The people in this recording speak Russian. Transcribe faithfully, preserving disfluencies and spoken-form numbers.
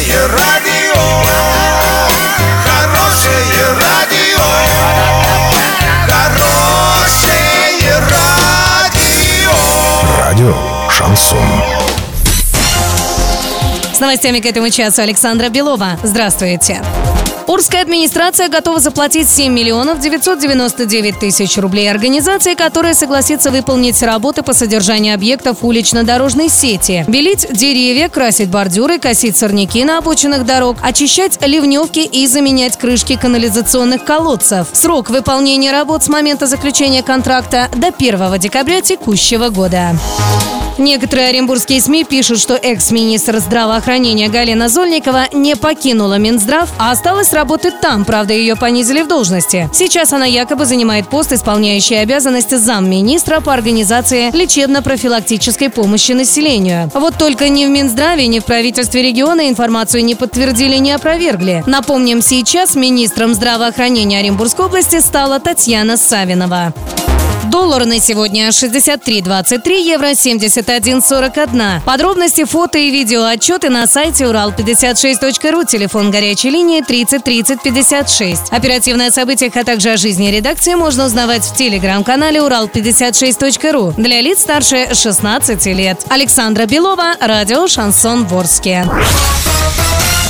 Хорошее радио, хорошее радио, хорошее радио. Радио Шансон. С новостями к этому часу Александра Белова. Здравствуйте. Орская администрация готова заплатить семь миллионов девятьсот девяносто девять тысяч рублей организации, которая согласится выполнить работы по содержанию объектов улично-дорожной сети, белить деревья, красить бордюры, косить сорняки на обочинах дорог, очищать ливневки и заменять крышки канализационных колодцев. Срок выполнения работ с момента заключения контракта до первого декабря текущего года. Некоторые оренбургские СМИ пишут, что экс-министр здравоохранения Галина Зольникова не покинула Минздрав, а осталась работать там, правда, ее понизили в должности. Сейчас она якобы занимает пост, исполняющий обязанности замминистра по организации лечебно-профилактической помощи населению. Вот только ни в Минздраве, ни в правительстве региона информацию не подтвердили, не опровергли. Напомним, сейчас министром здравоохранения Оренбургской области стала Татьяна Савинова. Доллар на сегодня шестьдесят три двадцать три, евро семьдесят один сорок один. Подробности, фото и видео отчеты на сайте урал пятьдесят шесть точка ру, телефон горячей линии тридцать тридцать пятьдесят шесть. Оперативно о событиях, а также о жизни редакции можно узнавать в телеграм-канале урал пятьдесят шесть точка ру для лиц старше шестнадцати лет. Александра Белова, радио «Шансон» в Орске.